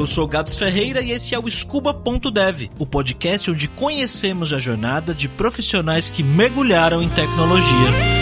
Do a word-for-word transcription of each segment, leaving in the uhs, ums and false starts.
sou Gabs Ferreira e esse é o Scuba.dev, o podcast onde conhecemos a jornada de profissionais que mergulharam em tecnologia.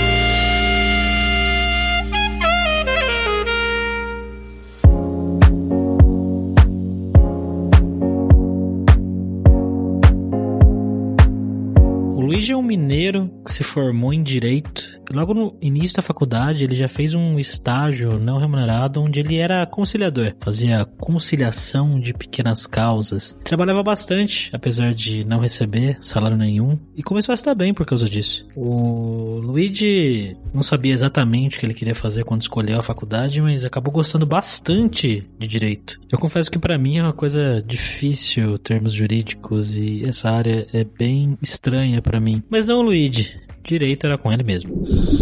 O Luigi é um mineiro que se formou em Direito. Logo no início da faculdade, ele já fez um estágio não remunerado onde ele era conciliador. Fazia conciliação de pequenas causas. Trabalhava bastante, apesar de não receber salário nenhum. E começou a se dar bem por causa disso. O Luigi não sabia exatamente o que ele queria fazer quando escolheu a faculdade, mas acabou gostando bastante de Direito. Eu confesso que para mim é uma coisa difícil, termos jurídicos, e essa área é bem estranha para mim. Mas não, Luigi. Direito era com ele mesmo.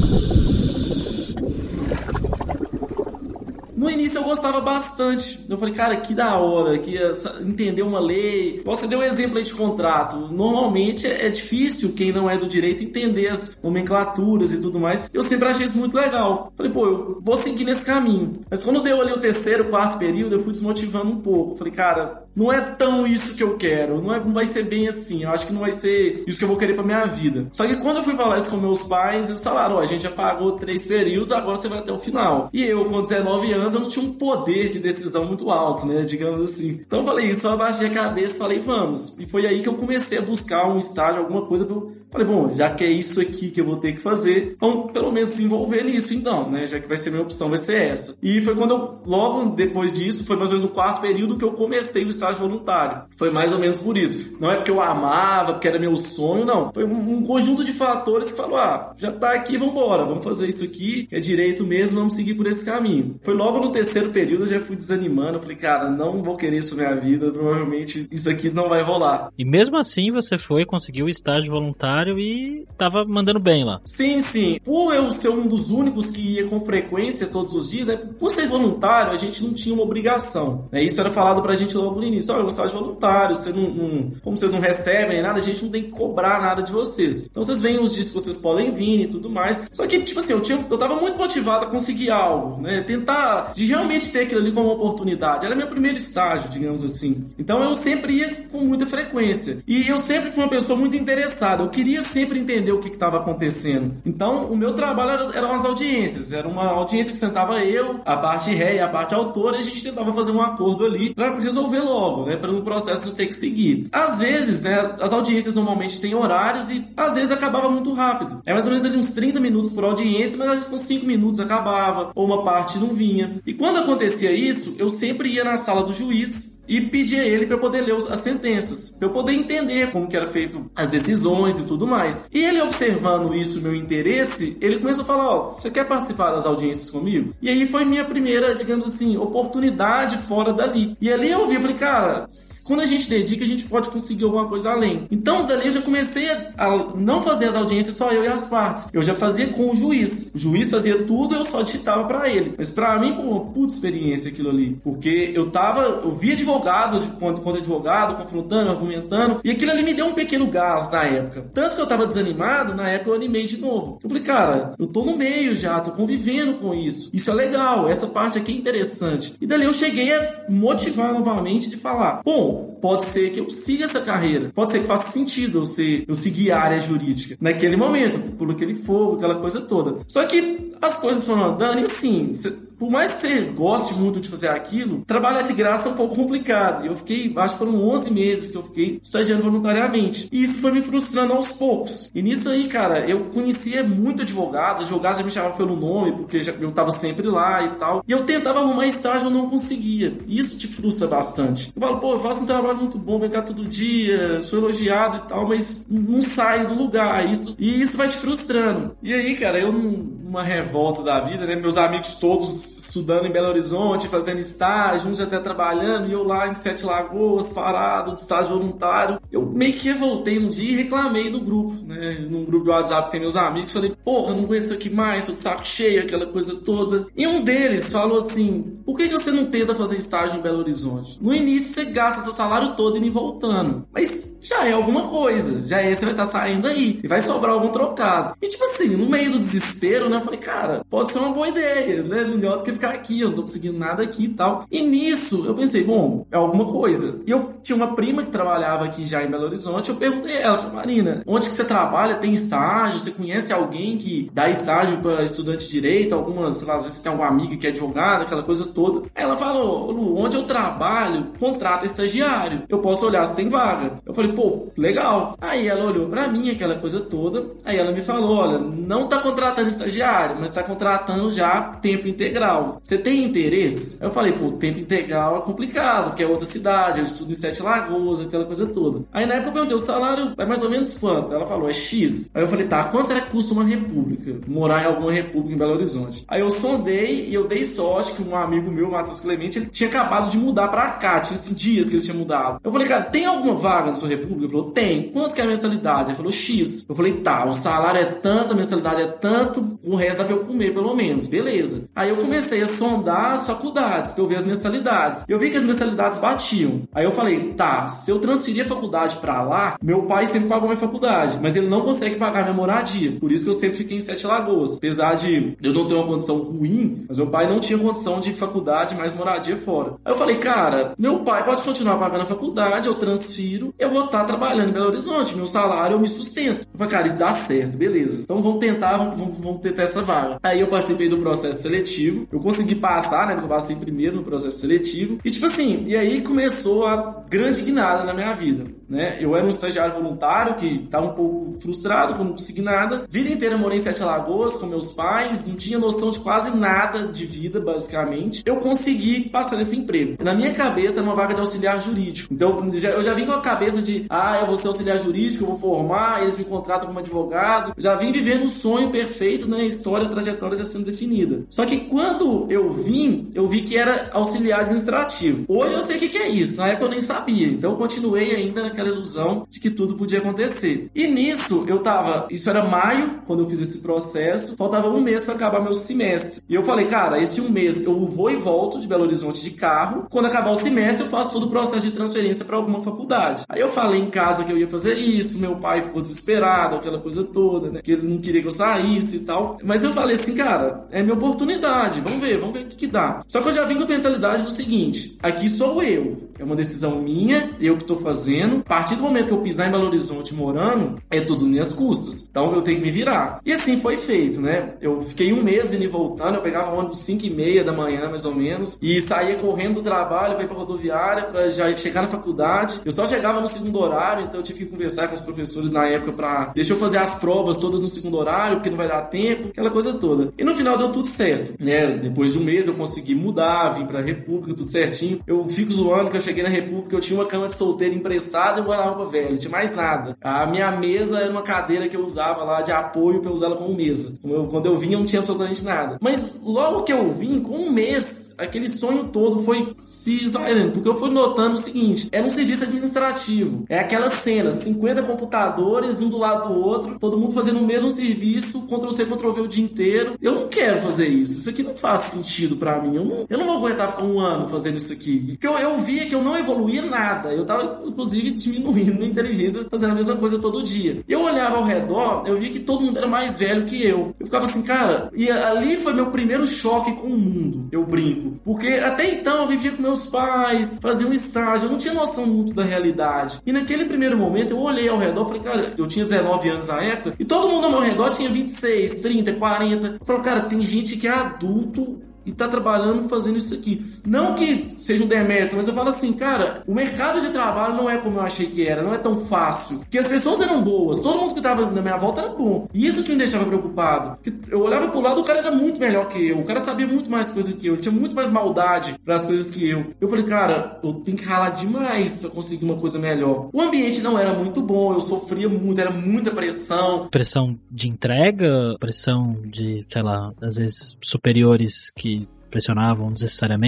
No início eu gostava bastante. Eu falei, cara, que da hora, que entender uma lei. Você deu um exemplo aí de contrato. Normalmente é difícil quem não é do direito entender as nomenclaturas e tudo mais. Eu sempre achei isso muito legal. Falei, pô, eu vou seguir nesse caminho. Mas quando deu ali o terceiro, quarto período, eu fui desmotivando um pouco. Falei, cara, não é tão isso que eu quero. Não, é, não vai ser bem assim. Eu acho que não vai ser isso que eu vou querer pra minha vida. Só que quando eu fui falar isso com meus pais, eles falaram, ó, a gente já pagou três períodos, agora você vai até o final. E eu, com dezenove anos, eu não tinha um poder de decisão muito alto, né, digamos assim. Então eu falei isso, só abaixei a cabeça e falei, vamos. E foi aí que eu comecei a buscar um estágio, alguma coisa pra eu... Falei, bom, já que é isso aqui que eu vou ter que fazer, então pelo menos se envolver nisso então, né, já que vai ser minha opção, vai ser essa. E foi quando eu, logo depois disso, foi mais ou menos no quarto período que eu comecei o estágio voluntário. Foi mais ou menos por isso. Não é porque eu amava, porque era meu sonho, não. Foi um, um conjunto de fatores que falou, ah, já tá aqui, vambora, vamos fazer isso aqui, que é direito mesmo, vamos seguir por esse caminho. Foi logo no terceiro período, eu já fui desanimando, eu falei, cara, não vou querer isso na minha vida, provavelmente isso aqui não vai rolar. E mesmo assim você foi, conseguiu o estágio voluntário e tava mandando bem lá. Sim, sim. Por eu ser um dos únicos que ia com frequência todos os dias, é, por ser voluntário, a gente não tinha uma obrigação, né? Isso era falado pra gente logo no início. Olha, é um estágio voluntário, você não, não, como vocês não recebem nada, a gente não tem que cobrar nada de vocês. Então vocês veem os dias que vocês podem vir e tudo mais. Só que, tipo assim, eu, tinha, eu tava muito motivado a conseguir algo, né? Tentar de realmente ter aquilo ali como uma oportunidade. Era meu primeiro estágio, digamos assim. Então eu sempre ia com muita frequência. E eu sempre fui uma pessoa muito interessada. Eu queria sempre entender o que estava acontecendo. Então o meu trabalho era, eram as audiências. Era uma audiência que sentava eu, a parte ré e a parte autora, e a gente tentava fazer um acordo ali para resolver logo, né? Para no processo não ter que seguir. Às vezes, né? As audiências normalmente têm horários e às vezes acabava muito rápido. É mais ou menos ali uns trinta minutos por audiência, mas às vezes com cinco minutos acabava, ou uma parte não vinha. E quando acontecia isso, eu sempre ia na sala do juiz e pedia a ele para eu poder ler as sentenças, para eu poder entender como que era feito as decisões e tudo mais. E ele observando isso, meu interesse, ele começou a falar, ó, você quer participar das audiências comigo? E aí foi minha primeira, digamos assim, oportunidade fora dali. E ali eu vi, eu falei, cara, quando a gente dedica, a gente pode conseguir alguma coisa além. Então dali eu já comecei a não fazer as audiências só eu e as partes. Eu já fazia com o juiz. O juiz fazia tudo, eu só digitava para ele. Mas para mim, pô, uma puta experiência aquilo ali. Porque eu tava, eu via advogado advogado, de, contra advogado, confrontando, argumentando, e aquilo ali me deu um pequeno gás na época. Tanto que eu tava desanimado, na época eu animei de novo. Eu falei, cara, eu tô no meio já, tô convivendo com isso. Isso é legal, essa parte aqui é interessante. E dali eu cheguei a motivar novamente de falar, bom, pode ser que eu siga essa carreira, pode ser que faça sentido eu, ser, eu seguir a área jurídica naquele momento, por aquele fogo, aquela coisa toda. Só que as coisas foram andando e assim, você, por mais que você goste muito de fazer aquilo, trabalhar de graça é um pouco complicado. E eu fiquei, acho que foram onze meses que eu fiquei estagiando voluntariamente. E isso foi me frustrando aos poucos. E nisso aí, cara, eu conhecia muito advogados, advogados já me chamavam pelo nome, porque já, eu tava sempre lá e tal. E eu tentava arrumar estágio, eu não conseguia. E isso te frustra bastante. Eu falo, pô, eu faço um trabalho muito bom, vem cá todo dia, sou elogiado e tal, mas não saio do lugar. Isso, e isso vai te frustrando. E aí, cara, eu numa revolta da vida, né? Meus amigos todos estudando em Belo Horizonte, fazendo estágio, uns até trabalhando, e eu lá em Sete Lagoas, parado, de estágio voluntário. Eu meio que revoltei um dia e reclamei no grupo, né? Num grupo do WhatsApp que tem meus amigos, falei, porra, eu não aguento isso aqui mais, tô de saco cheio, aquela coisa toda. E um deles falou assim, por que que você não tenta fazer estágio em Belo Horizonte? No início você gasta seu salário todo indo e voltando, mas já é alguma coisa. Já é, você vai estar saindo aí. E vai sobrar algum trocado. E tipo assim, no meio do desespero, né? Eu falei, cara, pode ser uma boa ideia, né? Melhor do que ficar aqui, eu não tô conseguindo nada aqui e tal. E nisso, eu pensei, bom, é alguma coisa. E eu tinha uma prima que trabalhava aqui já em Belo Horizonte, eu perguntei a ela, falei, Marina, onde que você trabalha? Tem estágio? Você conhece alguém que dá estágio para estudante de direito? Alguma, sei lá, às vezes você tem algum amigo que é advogado, aquela coisa toda. Aí ela falou, Lu, onde eu trabalho, contrata estagiário. Eu posso olhar se tem vaga. Eu falei, pô, legal. Aí ela olhou pra mim, aquela coisa toda. Aí ela me falou, olha, não tá contratando estagiário, mas tá contratando já tempo integral. Você tem interesse? Aí eu falei, pô, tempo integral é complicado, porque é outra cidade, eu estudo em Sete Lagoas, aquela coisa toda. Aí na época eu perguntei, o salário é mais ou menos quanto? Ela falou, é X. Aí eu falei, tá, quanto será que custa uma república? Morar em alguma república em Belo Horizonte. Aí eu sondei e eu dei sorte que um amigo meu, Matheus Clemente, ele tinha acabado de mudar pra cá, tinha assim, dias que ele tinha mudado. Eu falei, cara, tem alguma vaga na sua república? Ele falou, tem. Quanto que é a mensalidade? Ele falou, X. Eu falei, tá, o salário é tanto, a mensalidade é tanto, o resto dá pra eu comer, pelo menos. Beleza. Aí eu comecei a sondar as faculdades, pra eu ver as mensalidades. Eu vi que as mensalidades batiam. Aí eu falei, tá, se eu transferir a faculdade pra lá, meu pai sempre pagou minha faculdade, mas ele não consegue pagar minha moradia. Por isso que eu sempre fiquei em Sete Lagoas. Apesar de eu não ter uma condição ruim, mas meu pai não tinha condição de faculdade, mais moradia fora. Aí eu falei, cara, meu pai pode continuar pagando a faculdade, eu transfiro, eu vou estar trabalhando em Belo Horizonte, meu salário eu me sustento. Eu falei, cara, isso dá certo, beleza. Então vamos tentar, vamos, vamos, vamos tentar essa vaga. Aí eu participei do processo seletivo, eu consegui passar, né, porque eu passei primeiro no processo seletivo, e tipo assim, e aí começou a grande guinada na minha vida, né? Eu era um estagiário voluntário que estava um pouco frustrado, que eu não consegui nada. Vida inteira eu morei em Sete Lagoas com meus pais, não tinha noção de quase nada de vida, basicamente. Eu consegui passar nesse emprego. Na minha cabeça era uma vaga de auxiliar jurídico. Então eu já, eu já vim com a cabeça de, ah, eu vou ser auxiliar jurídico, eu vou formar, eles me contratam como advogado. Eu já vim vivendo um sonho perfeito, né? A história, a trajetória já sendo definida. Só que quando eu vim, eu vi que era auxiliar administrativo. Hoje eu sei o que, que é isso. Na época eu nem sabia. Então eu continuei ainda naquela ilusão de que tudo podia acontecer. E nisso eu tava, isso era maio, quando eu fiz esse processo, faltava um mês para acabar meu semestre. E eu falei, cara, esse um mês eu vou e volto de Belo Horizonte de carro. Quando acabar o semestre eu faço todo o processo de transferência para alguma faculdade. Aí eu falei em casa que eu ia fazer isso, meu pai ficou desesperado, aquela coisa toda, né? Que ele não queria que eu saísse e tal. Mas eu falei assim, cara, é minha oportunidade, vamos ver, vamos ver o que que dá. Só que eu já vim com a mentalidade do seguinte, aqui sou eu, é uma decisão minha, eu que tô fazendo. A partir do momento que eu pisar em Belo Horizonte morando, é tudo minhas custas. Então eu tenho que me virar. E assim foi feito, né? Eu fiquei um mês indo e voltando, eu pegava o ônibus cinco e meia da manhã, mais ou menos, e saía correndo do trabalho pra ir pra rodoviária, pra já chegar na faculdade. Eu só chegava no segundo horário, então eu tive que conversar com os professores na época pra deixa eu fazer as provas todas no segundo horário, porque não vai dar tempo, aquela coisa toda. E no final deu tudo certo, né? Depois de um mês eu consegui mudar, vim pra República, tudo certinho. Eu fico zoando que eu cheguei na República, eu tinha uma cama de solteiro emprestada e um guarda-roupa velho, não tinha mais nada. A minha mesa era uma cadeira que eu usava lá de apoio pra eu usar ela como mesa. Eu, quando eu vinha, não tinha absolutamente nada. Mas logo que eu vim, com um mês, aquele sonho todo foi se esvairando, porque eu fui notando o seguinte, era um serviço administrativo, é aquela cena, cinquenta computadores, um do lado do outro, todo mundo fazendo o mesmo serviço, Ctrl-C, Ctrl-V o dia inteiro. Eu não quero fazer isso, isso aqui não faz sentido pra mim, eu não, eu não vou aguentar ficar um ano fazendo isso aqui, porque eu, eu via que eu não evoluía nada, eu tava inclusive diminuindo minha inteligência, fazendo a mesma coisa todo dia. Eu olhava ao redor, eu via que todo mundo era mais velho que eu, eu ficava assim, cara, e ali foi meu primeiro choque com o mundo, eu brinco, porque até então eu vivia com meus pais, fazia um estágio, eu não tinha noção muito da realidade. E naquele primeiro momento eu olhei ao redor, falei, cara, eu tinha dezenove anos na época, e todo mundo ao meu redor tinha vinte e seis, trinta, quarenta. Eu falei, cara, tem gente que é adulto e tá trabalhando fazendo isso aqui. Não que seja um demérito, mas eu falo assim, cara, o mercado de trabalho não é como eu achei que era, não é tão fácil. Porque as pessoas eram boas, todo mundo que tava na minha volta era bom. E isso que me deixava preocupado. Porque eu olhava pro lado, o cara era muito melhor que eu, o cara sabia muito mais coisa que eu, ele tinha muito mais maldade pras coisas que eu. Eu falei, cara, eu tenho que ralar demais pra conseguir uma coisa melhor. O ambiente não era muito bom, eu sofria muito, era muita pressão. Pressão de entrega, pressão de, sei lá, às vezes superiores que pressionavam desnecessariamente?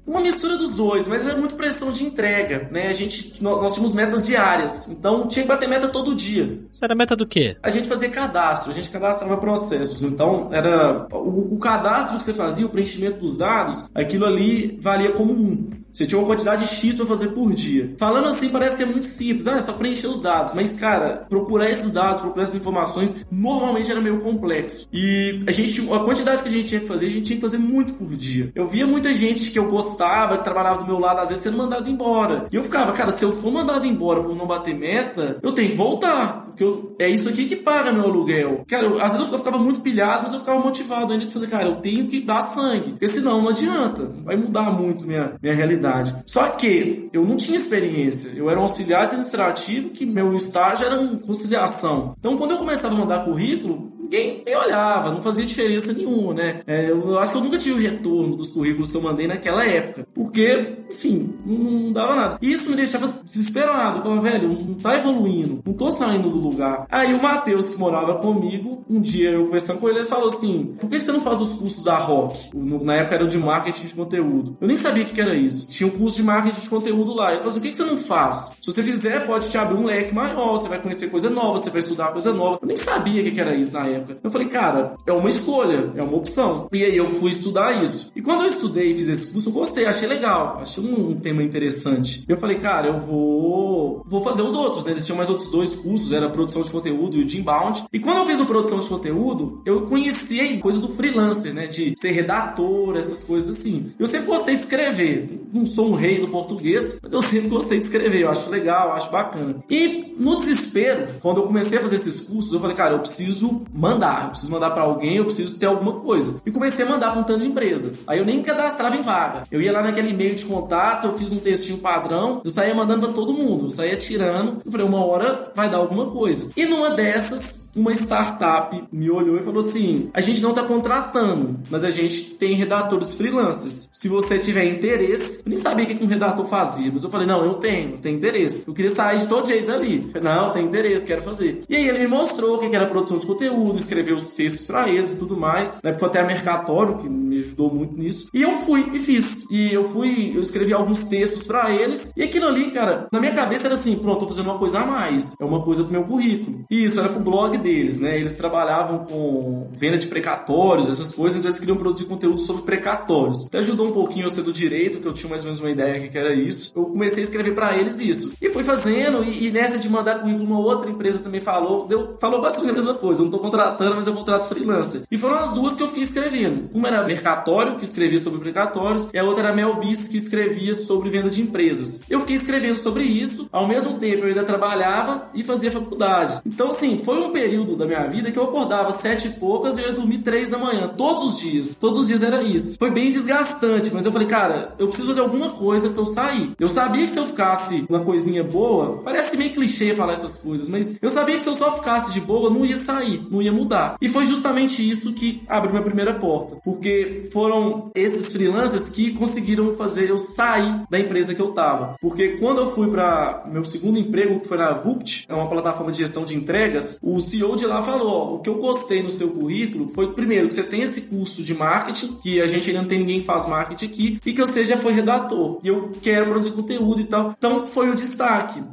Uma mistura dos dois, mas era muito pressão de entrega, né? A gente, nós tínhamos metas diárias, então tinha que bater meta todo dia. Isso era meta do quê? A gente fazia cadastro, a gente cadastrava processos, então era o, o cadastro que você fazia, o preenchimento dos dados, aquilo ali valia como um. Você tinha uma quantidade X pra fazer por dia. Falando assim, parece que é muito simples. Ah, é só preencher os dados. Mas, cara, procurar esses dados, procurar essas informações, normalmente era meio complexo. E a gente, a quantidade que a gente tinha que fazer, a gente tinha que fazer muito por dia. Eu via muita gente que eu gostava, que trabalhava do meu lado, às vezes sendo mandado embora. E eu ficava, cara, se eu for mandado embora por não bater meta, eu tenho que voltar. Porque eu, é isso aqui que paga meu aluguel. Cara, eu, às vezes eu ficava muito pilhado, mas eu ficava motivado ainda de fazer, cara, eu tenho que dar sangue. Porque senão não adianta. Não vai mudar muito minha, minha realidade. Só que eu não tinha experiência. Eu era um auxiliar administrativo que meu estágio era em conciliação. Então, quando eu começava a mandar currículo, ninguém nem olhava, não fazia diferença nenhuma, né? É, eu acho que eu nunca tive o retorno dos currículos que eu mandei naquela época. Porque, enfim, não, não dava nada. E isso me deixava desesperado. Eu falava, velho, não tá evoluindo, não tô saindo do lugar. Aí o Matheus, que morava comigo, um dia eu conversando com ele, ele falou assim, por que você não faz os cursos da Rock? Na época era o de marketing de conteúdo. Eu nem sabia o que era isso. Tinha um curso de marketing de conteúdo lá. Ele falou assim, por que você não faz? Se você fizer, pode te abrir um leque maior, você vai conhecer coisa nova, você vai estudar coisa nova. Eu nem sabia o que era isso na época. Eu falei, cara, é uma escolha, é uma opção. E aí eu fui estudar isso. E quando eu estudei e fiz esse curso, eu gostei, achei legal, achei um, um tema interessante. Eu falei, cara, eu vou vou fazer os outros, né? Eles tinham mais outros dois cursos, era a produção de conteúdo e o de inbound. E quando eu fiz a produção de conteúdo, eu conheci a coisa do freelancer, né? De ser redator, essas coisas assim. Eu sempre gostei de escrever. Não sou um rei do português, mas eu sempre gostei de escrever. Eu acho legal, eu acho bacana. E no desespero, quando eu comecei a fazer esses cursos, eu falei, cara, eu preciso mandar. Eu preciso mandar pra alguém, eu preciso ter alguma coisa. E comecei a mandar pra um tanto de empresa. Aí eu nem cadastrava em vaga. Eu ia lá naquele e-mail de contato, eu fiz um textinho padrão, eu saía mandando pra todo mundo. Eu saía tirando. Eu falei, uma hora vai dar alguma coisa. E numa dessas, uma startup me olhou e falou assim, a gente não está contratando, mas a gente tem redatores freelancers. Se você tiver interesse, eu nem sabia o que um redator fazia, mas eu falei, não, eu tenho, eu tenho interesse. Eu queria sair de todo jeito dali. Não, tenho interesse, quero fazer. E aí ele me mostrou o que era produção de conteúdo, escreveu os textos para eles e tudo mais. Né? Foi até a Mercatório, que me ajudou muito nisso. E eu fui e fiz. E eu fui, eu escrevi alguns textos para eles. E aquilo ali, cara, na minha cabeça era assim, pronto, tô fazendo uma coisa a mais. É uma coisa pro meu currículo. E isso era pro blog deles, né? Eles trabalhavam com venda de precatórios, essas coisas, então eles queriam produzir conteúdo sobre precatórios. Até ajudou um pouquinho eu ser do direito, que eu tinha mais ou menos uma ideia do que era isso. Eu comecei a escrever pra eles isso. E fui fazendo, e, e nessa de mandar currículo, uma outra empresa também falou, deu, falou bastante a mesma coisa. Eu não tô contratando, mas eu contrato freelancer. E foram as duas que eu fiquei escrevendo. Uma era Mercatório, que escrevia sobre precatórios, e a outra era Melbis, que escrevia sobre venda de empresas. Eu fiquei escrevendo sobre isso, ao mesmo tempo eu ainda trabalhava e fazia faculdade. Então, assim, foi um período da minha vida que eu acordava sete e poucas e eu ia dormir três da manhã, todos os dias. Todos os dias era isso. Foi bem desgastante, mas eu falei, cara, eu preciso fazer alguma coisa pra eu sair. Eu sabia que se eu ficasse uma coisinha boa, parece meio clichê falar essas coisas, mas eu sabia que se eu só ficasse de boa, eu não ia sair, não ia mudar. E foi justamente isso que abriu minha primeira porta, porque foram esses freelancers que conseguiram fazer eu sair da empresa que eu tava. Porque quando eu fui pra meu segundo emprego, que foi na Vupt, é uma plataforma de gestão de entregas, o C E O de lá falou, ó, o que eu gostei no seu currículo foi, primeiro, que você tem esse curso de marketing, que a gente ainda não tem ninguém que faz marketing aqui, e que você já foi redator, e eu quero produzir conteúdo e tal. Então, foi o destaque.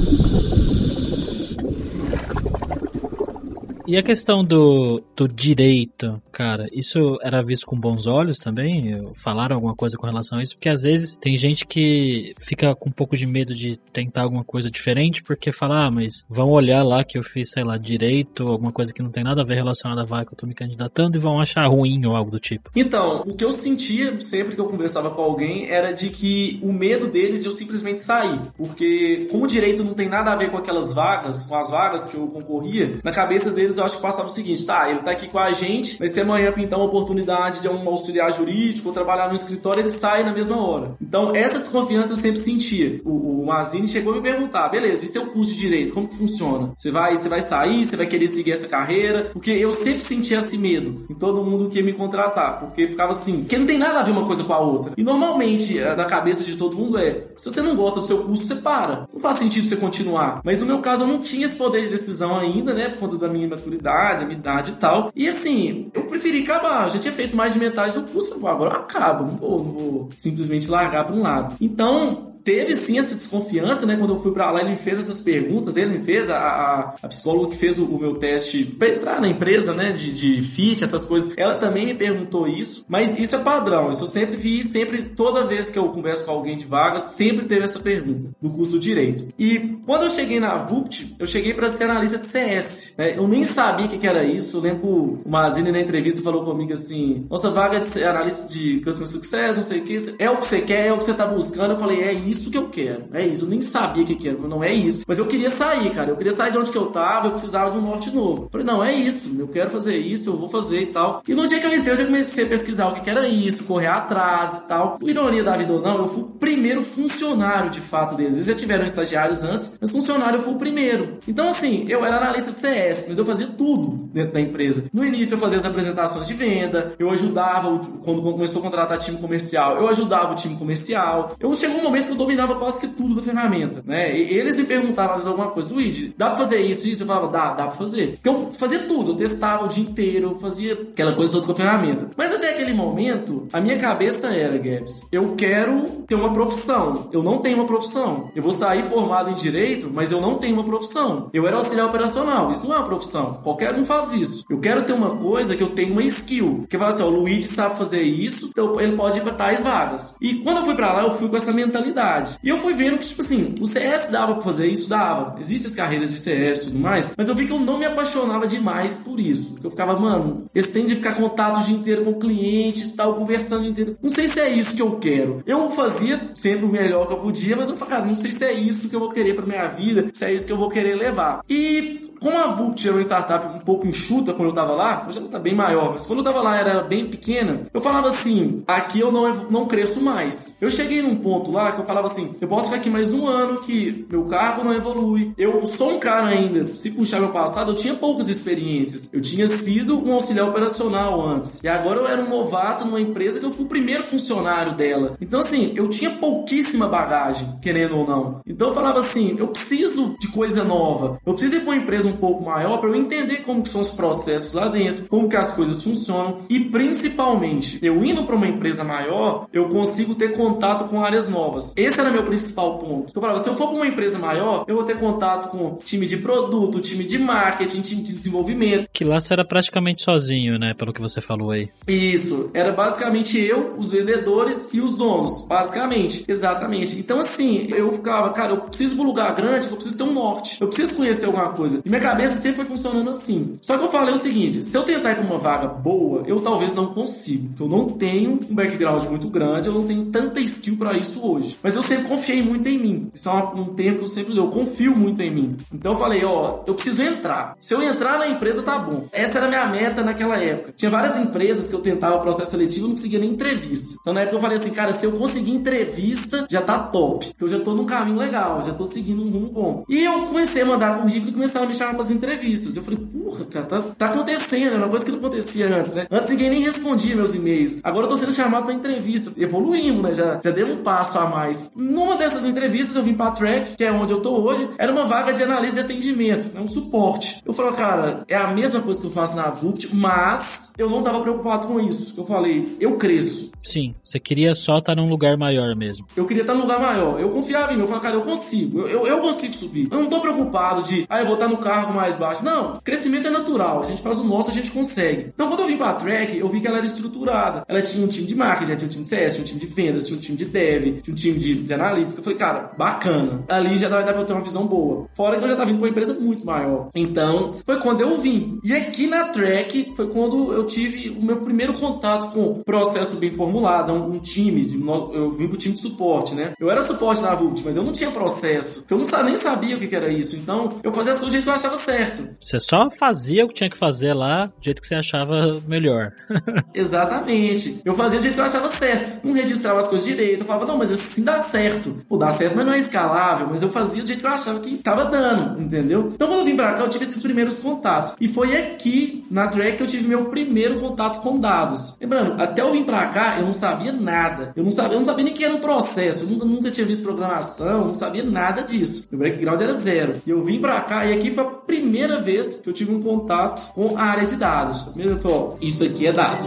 E a questão do, do direito, cara, isso era visto com bons olhos também? Falaram alguma coisa com relação a isso? Porque às vezes tem gente que fica com um pouco de medo de tentar alguma coisa diferente, porque fala, ah, mas vão olhar lá que eu fiz, sei lá, direito, alguma coisa que não tem nada a ver relacionada à vaga que eu tô me candidatando e vão achar ruim ou algo do tipo. Então, o que eu sentia sempre que eu conversava com alguém era de que o medo deles de eu simplesmente sair. Porque como o direito não tem nada a ver com aquelas vagas, com as vagas que eu concorria, na cabeça deles eu acho que passava o seguinte, tá, ele tá aqui com a gente, mas se amanhã pintar uma oportunidade de um auxiliar jurídico ou trabalhar no escritório, ele sai na mesma hora. Então, essa desconfiança eu sempre sentia. O, o Mazini chegou a me perguntar, beleza, e seu curso de direito, como que funciona? Você vai, você vai sair, você vai querer seguir essa carreira? Porque eu sempre sentia esse medo em todo mundo que ia me contratar, porque ficava assim, porque não tem nada a ver uma coisa com a outra. E normalmente, na cabeça de todo mundo é, se você não gosta do seu curso, você para. Não faz sentido você continuar. Mas no meu caso, eu não tinha esse poder de decisão ainda, né, por conta da minha maturidade, a minha idade e tal. tal. E assim, eu preferi acabar. Eu já tinha feito mais de metade do curso. Falei, agora eu acabo. Não vou, não vou simplesmente largar para um lado. Então, teve sim essa desconfiança, né? Quando eu fui pra lá, ele me fez essas perguntas, ele me fez, a, a, a psicóloga que fez o, o meu teste pra entrar na empresa, né? De, de fit, essas coisas, ela também me perguntou isso, mas isso é padrão, isso eu sempre vi, sempre, toda vez que eu converso com alguém de vaga, sempre teve essa pergunta, do curso do Direito. E quando eu cheguei na V U P T, eu cheguei pra ser analista de C S, né? Eu nem sabia o que, que era isso, eu lembro que o Mazini na entrevista falou comigo assim, nossa vaga é de ser analista de Customer Success, não sei o que, é o que você quer, é o que você tá buscando. Eu falei, é isso isso que eu quero, é isso, eu nem sabia o que que era, não é isso, mas eu queria sair, cara, eu queria sair de onde que eu tava, eu precisava de um norte novo. Eu falei, não, é isso, eu quero fazer isso, eu vou fazer e tal. E no dia que eu entrei, eu já comecei a pesquisar o que que era isso, correr atrás e tal. Por ironia da vida ou não, eu fui o primeiro funcionário de fato deles. Eles já tiveram estagiários antes, mas funcionário eu fui o primeiro. Então assim, eu era analista de C S, mas eu fazia tudo dentro da empresa. No início eu fazia as apresentações de venda, eu ajudava, quando começou a contratar time comercial, eu ajudava o time comercial. Eu chegou um momento que eu dominava quase que tudo da ferramenta, né? E eles me perguntavam às vezes alguma coisa, Luigi, dá pra fazer isso, isso? Eu falava, dá, dá pra fazer. Porque eu fazia tudo, eu testava o dia inteiro, eu fazia aquela coisa toda com a ferramenta. Mas até aquele momento, a minha cabeça era, Gabs, eu quero ter uma profissão. Eu não tenho uma profissão. Eu vou sair formado em Direito, mas eu não tenho uma profissão. Eu era auxiliar operacional, isso não é uma profissão. Qualquer um faz isso. Eu quero ter uma coisa que eu tenho uma skill. Que fala assim, ó, o Luigi sabe fazer isso, então ele pode ir pra tais vagas. E quando eu fui pra lá, eu fui com essa mentalidade. E eu fui vendo que, tipo assim, o C S dava pra fazer isso? Dava. Existem as carreiras de C S e tudo mais, mas eu vi que eu não me apaixonava demais por isso. Porque eu ficava, mano, esse tem de ficar contato o dia inteiro com o cliente e tal, conversando o dia inteiro. Não sei se é isso que eu quero. Eu fazia sempre o melhor que eu podia, mas eu falava, não sei se é isso que eu vou querer pra minha vida, se é isso que eu vou querer levar. E como a V U P T era uma startup um pouco enxuta quando eu tava lá, hoje ela tá bem maior, mas quando eu tava lá era bem pequena, eu falava assim, aqui eu não, não cresço mais. Eu cheguei num ponto lá que eu falava assim, eu posso ficar aqui mais um ano que meu cargo não evolui. Eu sou um cara ainda, se puxar meu passado, eu tinha poucas experiências. Eu tinha sido um auxiliar operacional antes. E agora eu era um novato numa empresa que eu fui o primeiro funcionário dela. Então assim, eu tinha pouquíssima bagagem, querendo ou não. Então eu falava assim, eu preciso de coisa nova. Eu preciso ir pra uma empresa um pouco maior para eu entender como que são os processos lá dentro, como que as coisas funcionam e principalmente, eu indo para uma empresa maior, eu consigo ter contato com áreas novas. Esse era meu principal ponto. Eu falava, se eu for para uma empresa maior, eu vou ter contato com time de produto, time de marketing, time de desenvolvimento. Que lá você era praticamente sozinho, né, pelo que você falou aí. Isso, era basicamente eu, os vendedores e os donos, basicamente, exatamente. Então assim, eu ficava, cara, eu preciso de um lugar grande, eu preciso ter um norte, eu preciso conhecer alguma coisa. E minha cabeça sempre foi funcionando assim. Só que eu falei o seguinte, se eu tentar ir pra uma vaga boa, eu talvez não consiga. Porque eu não tenho um background muito grande, eu não tenho tanta skill pra isso hoje. Mas eu sempre confiei muito em mim. Isso é um tempo que eu sempre dou, eu confio muito em mim. Então eu falei, ó, eu preciso entrar. Se eu entrar na empresa, tá bom. Essa era a minha meta naquela época. Tinha várias empresas que eu tentava processo seletivo e não conseguia nem entrevista. Então na época eu falei assim, cara, se eu conseguir entrevista, já tá top. Porque eu já tô num caminho legal, já tô seguindo um rumo bom. E eu comecei a mandar currículo e começaram a me chamar para as entrevistas. Eu falei, porra, cara, tá, tá acontecendo, é uma coisa que não acontecia antes, né? Antes ninguém nem respondia meus e-mails. Agora eu tô sendo chamado pra entrevista. Evoluímos, né? Já, já deu um passo a mais. Numa dessas entrevistas eu vim pra Track, que é onde eu tô hoje, era uma vaga de análise de atendimento, né? Um suporte. Eu falei, cara, é a mesma coisa que eu faço na V U P T, mas eu não tava preocupado com isso. Eu falei, eu cresço. Sim, você queria só estar num lugar maior mesmo. Eu queria estar num lugar maior. Eu confiava em mim. Eu falei, cara, eu consigo. Eu, eu, eu consigo subir. Eu não tô preocupado de, ah, eu vou estar no cargo mais baixo. Não, crescimento é natural. A gente faz o nosso, a gente consegue. Então, quando eu vim pra Track, eu vi que ela era estruturada. Ela tinha um time de marketing, tinha um time de C S, tinha um time de vendas, tinha um time de dev, tinha um time de, de analytics. Eu falei, cara, bacana. Ali já vai dar pra eu ter uma visão boa. Fora que eu já tava vindo pra uma empresa muito maior. Então, foi quando eu vim. E aqui na Track, foi quando eu tive o meu primeiro contato com processo bem formulado, um, um time. Eu vim pro time de suporte, né? Eu era suporte na V U P T, mas eu não tinha processo. Eu não, nem sabia o que era isso. Então, eu fazia as coisas do jeito que eu achava certo. Você só fazia o que tinha que fazer lá, do jeito que você achava melhor. Exatamente. Eu fazia do jeito que eu achava certo. Não registrava as coisas direito. Eu falava, não, mas assim dá certo. Pô, dá certo, mas não é escalável. Mas eu fazia do jeito que eu achava que tava dando, entendeu? Então, quando eu vim pra cá, eu tive esses primeiros contatos. E foi aqui, na Track, que eu tive meu primeiro primeiro contato com dados. Lembrando, até eu vir pra cá, eu não sabia nada. Eu não sabia, eu não sabia nem que era um processo. Eu nunca, nunca tinha visto programação, não sabia nada disso. Meu background era zero. E eu vim pra cá e aqui foi a primeira vez que eu tive um contato com a área de dados. A primeira vez eu falei, ó, isso aqui é dados.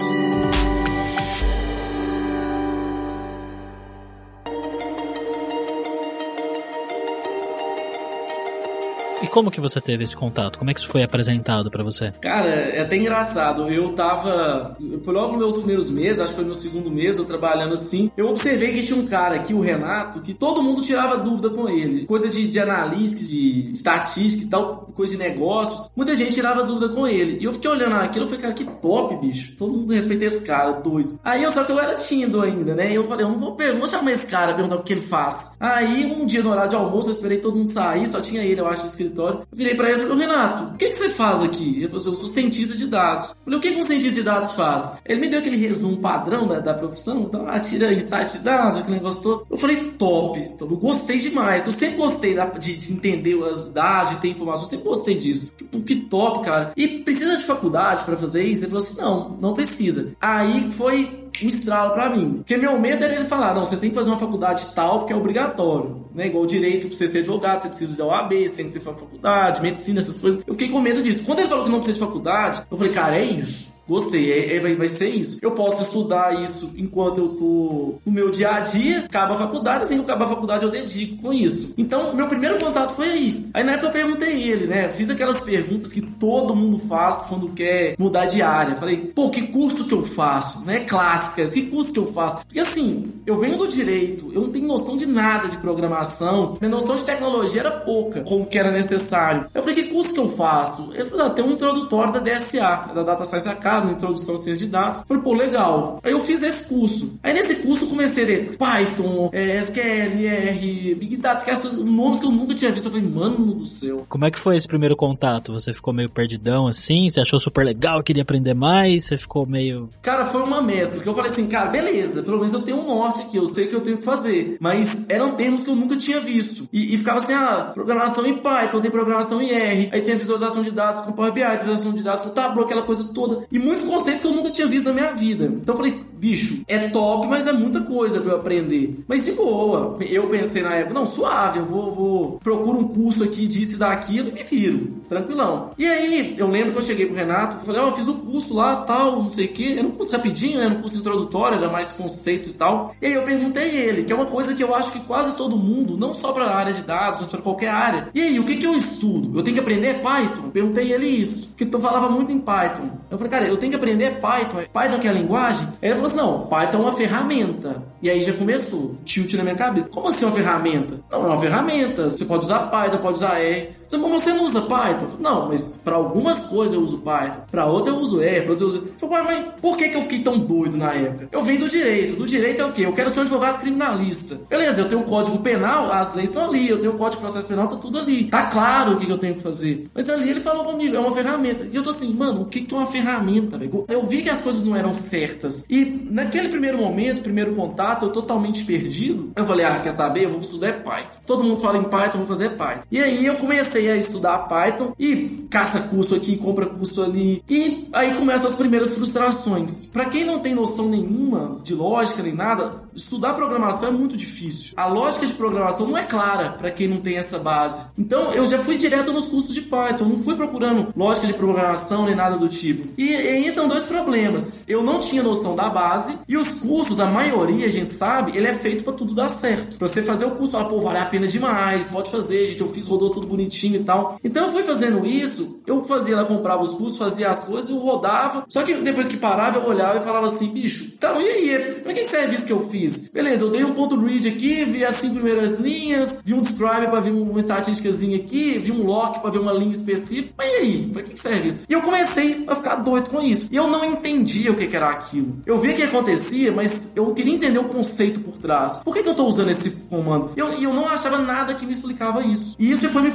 E como que você teve esse contato? Como é que isso foi apresentado pra você? Cara, é até engraçado. Eu tava... Foi logo nos meus primeiros meses, acho que foi no segundo mês, eu trabalhando assim. Eu observei que tinha um cara aqui, o Renato, que todo mundo tirava dúvida com ele. Coisa de, de analytics, de estatística e tal, coisa de negócios. Muita gente tirava dúvida com ele. E eu fiquei olhando aquilo e falei, cara, que top, bicho. Todo mundo respeita esse cara, doido. Aí eu só que eu era tímido ainda, né? E eu falei, eu não vou, não vou chamar esse cara, perguntar o que ele faz. Aí um dia no horário de almoço, eu esperei todo mundo sair, só tinha ele, eu acho, no escritório. Eu virei pra ele e falei, Renato, o que, que você faz aqui? Ele falou assim, eu sou cientista de dados. Eu falei, o que, que um cientista de dados faz? Ele me deu aquele resumo padrão da, da profissão, então, ah, tira insights de dados, aquele negócio todo. Eu falei, top, então, eu gostei demais. Eu sempre gostei da, de, de entender as dados, de ter informação, eu sempre gostei disso. Que, que top, cara. E precisa de faculdade pra fazer isso? Ele falou assim, não, não precisa. Aí foi um estralo pra mim. Porque meu medo era ele falar, não, você tem que fazer uma faculdade tal, porque é obrigatório, né? Igual direito, pra você ser advogado, você precisa da O A B, você tem que ter faculdade, medicina, essas coisas. Eu fiquei com medo disso. Quando ele falou que não precisa de faculdade, eu falei, cara, é isso. Gostei, é, é, vai, vai ser isso. Eu posso estudar isso enquanto eu tô no meu dia a dia, acaba a faculdade, assim que acabar a faculdade eu dedico com isso. Então, meu primeiro contato foi aí. Aí na época eu perguntei ele, né? Fiz aquelas perguntas que todo mundo faz quando quer mudar de área. Falei, pô, que curso que eu faço? Né? Clássicas, que curso que eu faço? Porque assim, eu venho do direito, eu não tenho noção de nada de programação, minha noção de tecnologia era pouca, como que era necessário. Eu falei, que curso que eu faço? Ele falou, ah, tem um introdutório da D S A, da Data Science Academy, na introdução à ciência de dados. Eu falei, pô, legal. Aí eu fiz esse curso. Aí nesse curso eu comecei a ler Python, é, S Q L, R, Big Data, que essas nomes que eu nunca tinha visto. Eu falei, mano do céu. Como é que foi esse primeiro contato? Você ficou meio perdidão assim? Você achou super legal, queria aprender mais? Você ficou meio... Cara, foi uma mescla, porque eu falei assim, cara, beleza, pelo menos eu tenho um norte aqui, eu sei o que eu tenho que fazer. Mas eram termos que eu nunca tinha visto. E, e ficava assim, ah, programação em Python, tem programação em R, aí tem visualização de dados com Power B I, tem visualização de dados com Tableau, aquela coisa toda. E muitos conceitos que eu nunca tinha visto na minha vida. Então eu falei, bicho, é top, mas é muita coisa pra eu aprender. Mas de boa. Eu pensei na época, não, suave, eu vou, vou procuro um curso aqui disso e daquilo e me viro. Tranquilão. E aí, eu lembro que eu cheguei pro Renato, falei, ó, oh, eu fiz o curso lá, tal, não sei o quê. Era um curso rapidinho, era um curso introdutório, era mais conceitos e tal. E aí eu perguntei ele, que é uma coisa que eu acho que quase todo mundo, não só pra área de dados, mas pra qualquer área. E aí, o que que eu estudo? Eu tenho que aprender Python? Perguntei ele isso, porque eu falava muito em Python. Eu falei, cara, eu tenho que aprender Python. Python que é a linguagem? Aí ele falou assim, não, Python é uma ferramenta. E aí já começou, tilt na minha cabeça. Como assim uma ferramenta? Não, é uma ferramenta. Você pode usar Python, pode usar R. Você não usa Python? Não, mas para algumas coisas eu uso Python. Para outras eu uso R, para outras eu uso... Eu falei, mas por que que eu fiquei tão doido na época? Eu venho do direito. Do direito é o quê? Eu quero ser um advogado criminalista. Beleza, eu tenho um código penal, as leis estão ali. Eu tenho um código de processo penal, tá tudo ali. Tá claro o que que eu tenho que fazer. Mas ali ele falou comigo, é uma ferramenta. E eu tô assim, mano, o que que é uma ferramenta? Véio? Eu vi que as coisas não eram certas. E naquele primeiro momento, primeiro contato, eu totalmente perdido. Eu falei, ah, quer saber? Eu vou estudar Python. Todo mundo fala em Python, eu vou fazer Python. E aí eu comecei a estudar Python e caça curso aqui, compra curso ali. E aí começam as primeiras frustrações. Pra quem não tem noção nenhuma de lógica nem nada, estudar programação é muito difícil. A lógica de programação não é clara pra quem não tem essa base. Então eu já fui direto nos cursos de Python, não fui procurando lógica de programação nem nada do tipo. E, e então dois problemas. Eu não tinha noção da base e os cursos, a maioria, a gente sabe, ele é feito pra tudo dar certo. Pra você fazer o curso, ah, pô, vale a pena demais, pode fazer, gente, eu fiz, rodou tudo bonitinho e tal. Então eu fui fazendo isso, eu fazia lá, comprava os cursos, fazia as coisas, eu rodava. Só que depois que parava, eu olhava e falava assim, bicho, então e aí? Pra que serve isso que eu fiz? Beleza, eu dei um ponto read aqui, vi as cinco primeiras linhas, vi um describe pra ver uma estatísticazinha aqui, vi um lock pra ver uma linha específica. Mas e aí? Pra que serve isso? E eu comecei a ficar doido com isso. E eu não entendia o que que era aquilo. Eu via que acontecia, mas eu queria entender o conceito por trás. Por que que eu tô usando esse comando? E eu, eu não achava nada que me explicava isso. E isso foi me frustrando.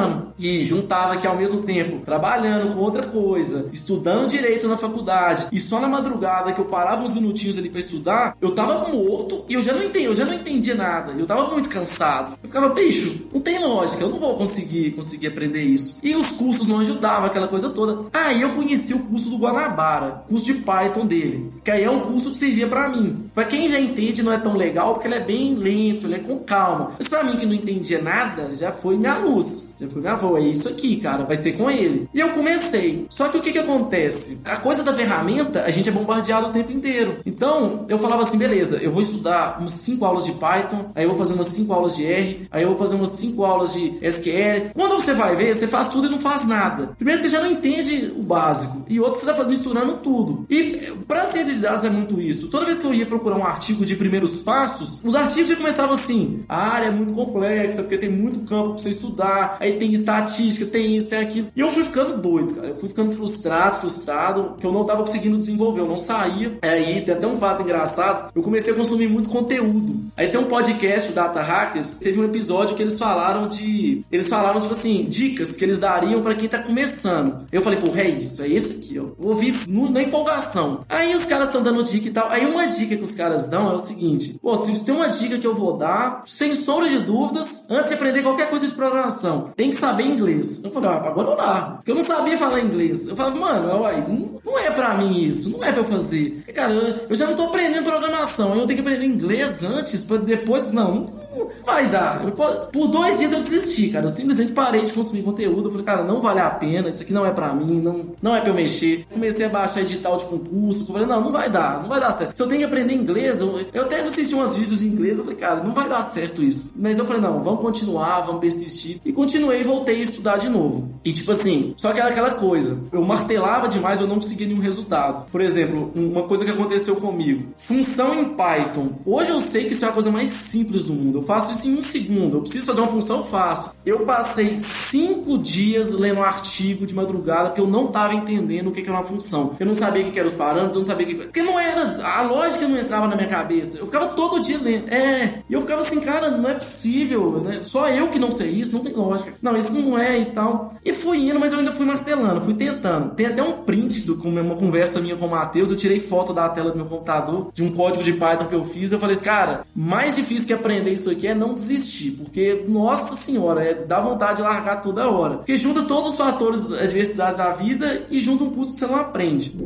ano. E juntava que ao mesmo tempo, trabalhando com outra coisa, estudando direito na faculdade, e só na madrugada que eu parava uns minutinhos ali pra estudar, eu tava morto e eu já não entendi, eu já não entendia nada. Eu tava muito cansado. Eu ficava, bicho, não tem lógica, eu não vou conseguir, conseguir aprender isso. E os cursos não ajudavam, aquela coisa toda. Aí eu conheci o curso do Guanabara, curso de Python dele, que aí é um curso que servia pra mim. Pra quem já entende, não é tão legal, porque ele é bem lento, ele é com calma. Mas pra mim, que não entendia nada, já foi minha luz. Já foi minha avó, é isso aqui, cara, vai ser com ele. E eu comecei. Só que o que que acontece? A coisa da ferramenta, a gente é bombardeado o tempo inteiro. Então, eu falava assim, beleza, eu vou estudar umas cinco aulas de Python, aí eu vou fazer umas cinco aulas de R, aí eu vou fazer umas cinco aulas de S Q L. Quando você vai ver, você faz tudo e não faz nada. Primeiro que você já não entende o básico. E outro, você tá misturando tudo. E pra ciência de dados é muito isso. Toda vez que eu ia procurar um artigo de primeiros passos, os artigos já começavam assim, a área é muito complexa, porque tem muito campo pra você estudar, aí tem estatística, tem isso, tem aquilo. E eu fui ficando doido, cara. Eu fui ficando frustrado, frustrado, que eu não tava conseguindo desenvolver, eu não saía. Aí tem até um fato engraçado, eu comecei a consumir muito conteúdo. Aí tem um podcast, o Data Hackers, teve um episódio que eles falaram de... Eles falaram, tipo assim, dicas que eles dariam pra quem tá começando. Eu falei, pô, é isso, é esse aqui, ó. Eu ouvi no, na empolgação. Aí os caras estão dando dica e tal. Aí uma dica que os caras dão é o seguinte, pô, se tem uma dica que eu vou dar, sem sombra de dúvidas, antes de aprender qualquer coisa de programação, tem que saber inglês. Eu falei, ah, agora não dá. Porque eu não sabia falar inglês. Eu falei, mano, uai, não, não é pra mim isso, não é pra eu fazer. Porque, cara, eu, eu já não tô aprendendo programação, eu tenho que aprender inglês antes, pra depois, não, não vai dar. Eu, por dois dias eu desisti, cara. Eu simplesmente parei de consumir conteúdo. Eu falei, cara, não vale a pena. Isso aqui não é pra mim. Não, não é pra eu mexer. Comecei a baixar edital de concurso. Eu falei, não, não vai dar. Não vai dar certo. Se eu tenho que aprender inglês, eu, eu até assisti uns vídeos em inglês. Eu falei, cara, não vai dar certo isso. Mas eu falei, não, vamos continuar, vamos persistir. E continuei e voltei a estudar de novo. E tipo assim, só que era aquela coisa. Eu martelava demais, eu não conseguia nenhum resultado. Por exemplo, uma coisa que aconteceu comigo. Função em Python. Hoje eu sei que isso é a coisa mais simples do mundo. Eu faço isso em um segundo. Eu preciso fazer uma função, eu faço. Eu passei cinco dias lendo um artigo de madrugada porque eu não estava entendendo o que era uma função. Eu não sabia o que eram os parâmetros, eu não sabia o que... Porque não era... A lógica não entrava na minha cabeça. Eu ficava todo dia lendo. É... E eu ficava assim, cara, não é possível, né? Só eu que não sei isso, não tem lógica. Não, isso não é e tal. E fui indo, mas eu ainda fui martelando, fui tentando. Tem até um print do, com uma conversa minha com o Matheus. Eu tirei foto da tela do meu computador, de um código de Python que eu fiz. Eu falei assim, cara, mais difícil que aprender isso aqui é não desistir, porque, nossa senhora, é, dá vontade de largar toda hora, porque junta todos os fatores adversidades da vida e junta um curso que você não aprende.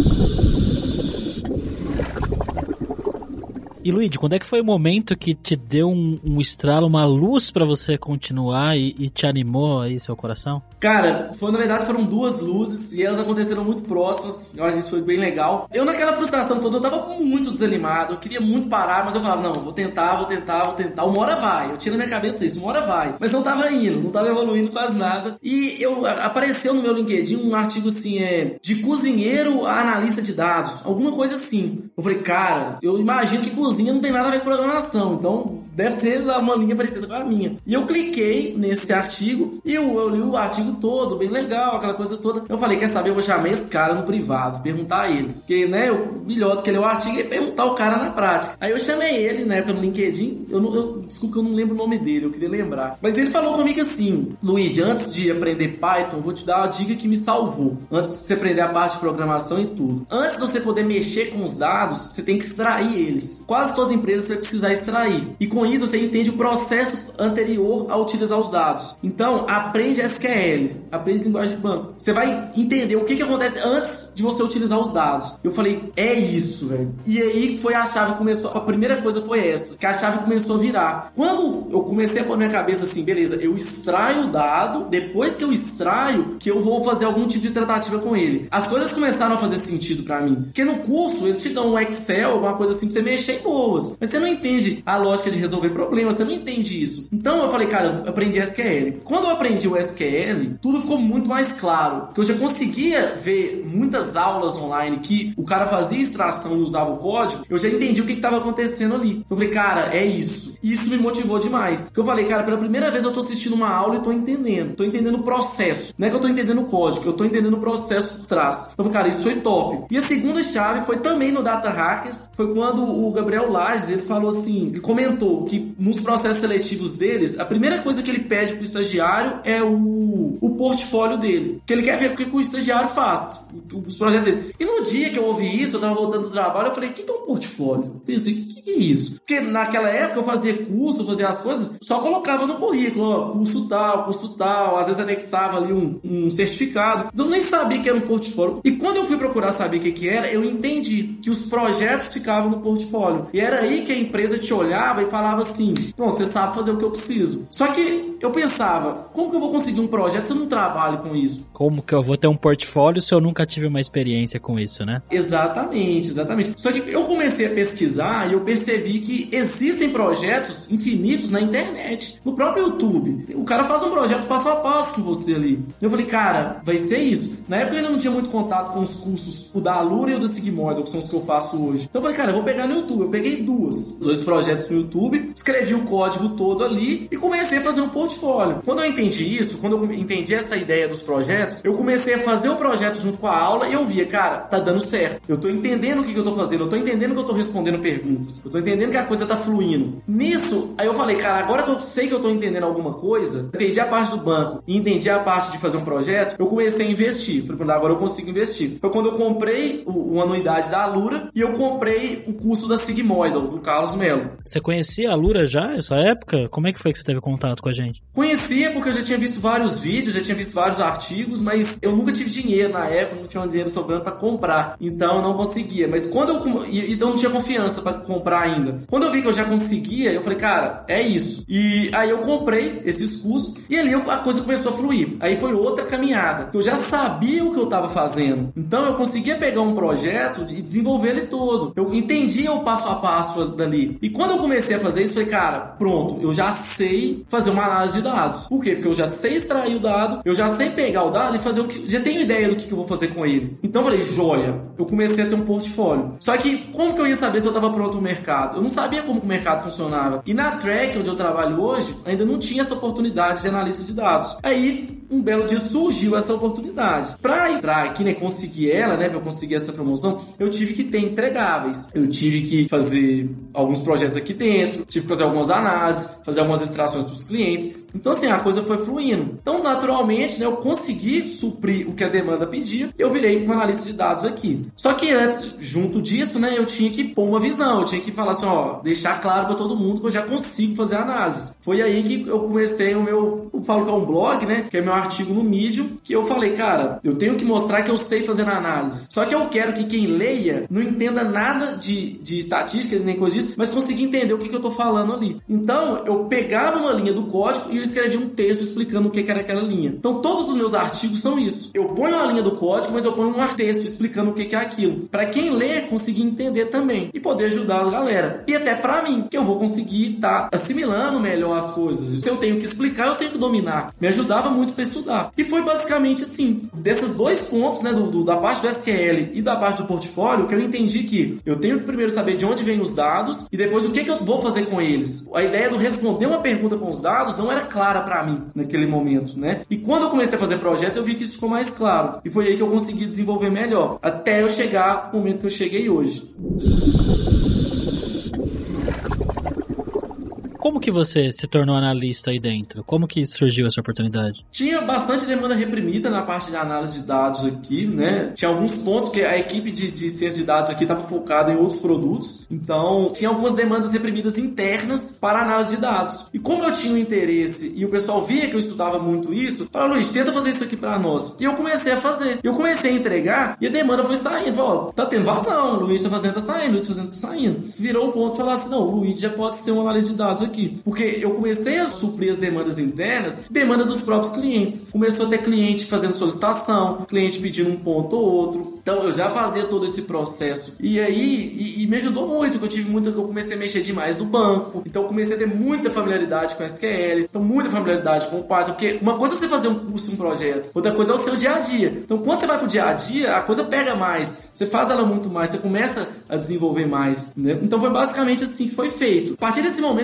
E Luigi, quando é que foi o momento que te deu um, um estralo, uma luz pra você continuar e, e te animou aí seu coração? Cara, foi, na verdade foram duas luzes e elas aconteceram muito próximas. Eu acho que isso foi bem legal. Eu naquela frustração toda, eu tava muito desanimado, eu queria muito parar, mas eu falava, não, vou tentar, vou tentar, vou tentar, uma hora vai. Eu tinha na minha cabeça isso, uma hora vai. Mas não tava indo, não tava evoluindo quase nada. E eu, apareceu no meu LinkedIn um artigo assim, é, de cozinheiro a analista de dados, alguma coisa assim. Eu falei, cara, eu imagino que cozinha não tem nada a ver com programação, então deve ser uma linha parecida com a minha. E eu cliquei nesse artigo e eu, eu li o artigo todo, bem legal, aquela coisa toda. Eu falei, quer saber, eu vou chamar esse cara no privado, perguntar a ele. Porque, né, o melhor do que ler o artigo é perguntar o cara na prática. Aí eu chamei ele, na época no LinkedIn, eu, não, eu desculpa que eu não lembro o nome dele, eu queria lembrar. Mas ele falou comigo assim, Luigi, antes de aprender Python, eu vou te dar uma dica que me salvou. Antes de você aprender a parte de programação e tudo. Antes de você poder mexer com os dados, você tem que extrair eles. Quase toda empresa você vai precisar extrair. E com isso você entende o processo anterior a utilizar os dados. Então, aprende S Q L, aprende linguagem de banco. Você vai entender o que, que acontece antes de você utilizar os dados. Eu falei, é isso, velho. E aí foi a chave que começou, a primeira coisa foi essa, que a chave começou a virar. Quando eu comecei a pôr na minha cabeça assim, beleza, eu extraio o dado, depois que eu extraio, que eu vou fazer algum tipo de tratativa com ele. As coisas começaram a fazer sentido pra mim. Porque no curso, eles te dão um Excel, alguma coisa assim, pra você mexer em boas. Mas você não entende a lógica de resolver problemas, você não entende isso. Então eu falei, cara, eu aprendi S Q L. Quando eu aprendi o S Q L, tudo ficou muito mais claro. Porque eu já conseguia ver muitas aulas online que o cara fazia extração e usava o código, eu já entendi o que estava acontecendo ali. Eu falei, cara, é isso. E isso me motivou demais. Porque eu falei, cara, pela primeira vez eu tô assistindo uma aula e tô entendendo. Tô entendendo o processo. Não é que eu tô entendendo o código, eu tô entendendo o processo por trás. Então, cara, isso foi top. E a segunda chave foi também no Data Hackers. Foi quando o Gabriel Lages, ele falou assim, ele comentou que nos processos seletivos deles, a primeira coisa que ele pede pro estagiário é o, o portfólio dele. Que ele quer ver o que, que o estagiário faz. Os projetos dele. E no dia que eu ouvi isso, eu tava voltando do trabalho, eu falei, o que, que é um portfólio? Eu pensei, o que, que é isso? Porque naquela época eu fazia curso, eu fazia as coisas, só colocava no currículo, ó, curso tal, curso tal, às vezes anexava ali um, um certificado. Então eu nem sabia que era um portfólio. E quando eu fui procurar saber o que, que era, eu entendi que os projetos ficavam no portfólio. E era aí que a empresa te olhava e falava assim, pronto, você sabe fazer o que eu preciso. Só que eu pensava, como que eu vou conseguir um projeto se eu não trabalho com isso? Como que eu vou ter um portfólio se eu nunca tive uma experiência com isso, né? Exatamente, exatamente. Só que eu comecei a pesquisar e eu percebi que existem projetos infinitos na internet, no próprio YouTube. O cara faz um projeto passo a passo com você ali. Eu falei, cara, vai ser isso. Na época eu ainda não tinha muito contato com os cursos, o da Alura e o do Sigmoidal, que são os que eu faço hoje. Então eu falei, cara, eu vou pegar no YouTube. Eu peguei duas, dois projetos no YouTube, escrevi o código todo ali e comecei a fazer um portfólio. Quando eu entendi isso, quando eu entendi essa ideia dos projetos, eu comecei a fazer o projeto junto com a aula e eu via, cara, tá dando certo. Eu tô entendendo o que, que eu tô fazendo, eu tô entendendo que eu tô respondendo perguntas, eu tô entendendo que a coisa tá fluindo. Nisso, aí eu falei, cara, agora que eu sei que eu tô entendendo alguma coisa, entendi a parte do banco e entendi a parte de fazer um projeto, eu comecei a investir. Falei, agora eu consigo investir. Foi quando eu comprei uma anuidade da Alura e eu comprei o curso da Sigmoidal, do Carlos Melo. Você conhecia a Alura já, essa época? Como é que foi que você teve contato com a gente? Conhecia porque eu já tinha visto vários vídeos, já tinha visto vários artigos, mas eu nunca tive dinheiro na época, não tinha um dinheiro sobrando pra comprar, então eu não conseguia. Mas quando eu... E, então eu não tinha confiança pra comprar ainda. Quando eu vi que eu já conseguia, eu falei, cara, é isso. E aí eu comprei esses cursos e ali a coisa começou a fluir. Aí foi outra caminhada. Eu já sabia o que eu tava fazendo. Então eu conseguia pegar um projeto e desenvolver ele todo. Eu entendia o passo a passo dali. E quando eu comecei a fazer isso, eu falei, cara, pronto, eu já sei fazer uma análise de dados. Por quê? Porque eu já sei extrair o dado, eu já sei pegar o dado e fazer o que... Já tenho ideia do que eu vou fazer com ele. Então eu falei, joia, eu comecei a ter um portfólio. Só que como que eu ia saber se eu estava pronto no mercado? Eu não sabia como que o mercado funcionava. E na Track, onde eu trabalho hoje, ainda não tinha essa oportunidade de analista de dados. Aí, um belo dia surgiu essa oportunidade. Para entrar aqui, né, conseguir ela, né, para eu conseguir essa promoção, eu tive que ter entregáveis. Eu tive que fazer alguns projetos aqui dentro, tive que fazer algumas análises, fazer algumas extrações para os clientes. Então, assim, a coisa foi fluindo. Então, naturalmente, né, eu consegui suprir o que a demanda pedia, eu virei um analista de dados aqui. Só que antes, junto disso, né, eu tinha que pôr uma visão, eu tinha que falar assim, ó, deixar claro para todo mundo que eu já consigo fazer análise. Foi aí que eu comecei o meu, eu falo que é um blog, né, que é meu artigo no Medium, que eu falei, cara, eu tenho que mostrar que eu sei fazer análise. Só que eu quero que quem leia não entenda nada de, de estatística, nem coisa disso, mas consiga entender o que, que eu tô falando ali. Então, eu pegava uma linha do código e eu escrevi um texto explicando o que era aquela linha. Então todos os meus artigos são isso. Eu ponho a linha do código, mas eu ponho um texto explicando o que é aquilo. Para quem lê, conseguir entender também. E poder ajudar a galera. E até para mim, que eu vou conseguir estar tá assimilando melhor as coisas. Se eu tenho que explicar, eu tenho que dominar. Me ajudava muito para estudar. E foi basicamente assim. Desses dois pontos, né, do, do, da parte do S Q L e da parte do portfólio, que eu entendi que eu tenho que primeiro saber de onde vêm os dados e depois o que, que eu vou fazer com eles. A ideia do responder uma pergunta com os dados não era clara para mim naquele momento, né? E quando eu comecei a fazer projetos, eu vi que isso ficou mais claro. E foi aí que eu consegui desenvolver melhor, até eu chegar no momento que eu cheguei hoje. Como que você se tornou analista aí dentro? Como que surgiu essa oportunidade? Tinha bastante demanda reprimida na parte de análise de dados aqui, né? Tinha alguns pontos que a equipe de, de ciência de dados aqui estava focada em outros produtos. Então, tinha algumas demandas reprimidas internas para análise de dados. E como eu tinha um interesse e o pessoal via que eu estudava muito isso, falou, Luiz, tenta fazer isso aqui para nós. E eu comecei a fazer. Eu comecei a entregar e a demanda foi saindo. Falou, ó, tá tendo vazão, o Luiz tá fazendo, tá saindo, o Luiz tá fazendo, tá saindo. Virou um ponto de falar assim, não, o Luiz já pode ser um analista de dados aqui. Porque eu comecei a suprir as demandas internas, demanda dos próprios clientes. Começou a ter cliente fazendo solicitação, cliente pedindo um ponto ou outro. Então eu já fazia todo esse processo. E aí, e, e me ajudou muito, porque eu tive muito, eu comecei a mexer demais no banco. Então eu comecei a ter muita familiaridade com S Q L, então muita familiaridade com o Python, porque uma coisa é você fazer um curso, um projeto, outra coisa é o seu dia a dia. Então quando você vai pro dia a dia, a coisa pega mais, você faz ela muito mais, você começa a desenvolver mais, né? Então foi basicamente assim que foi feito. A partir desse momento eu falei, cara,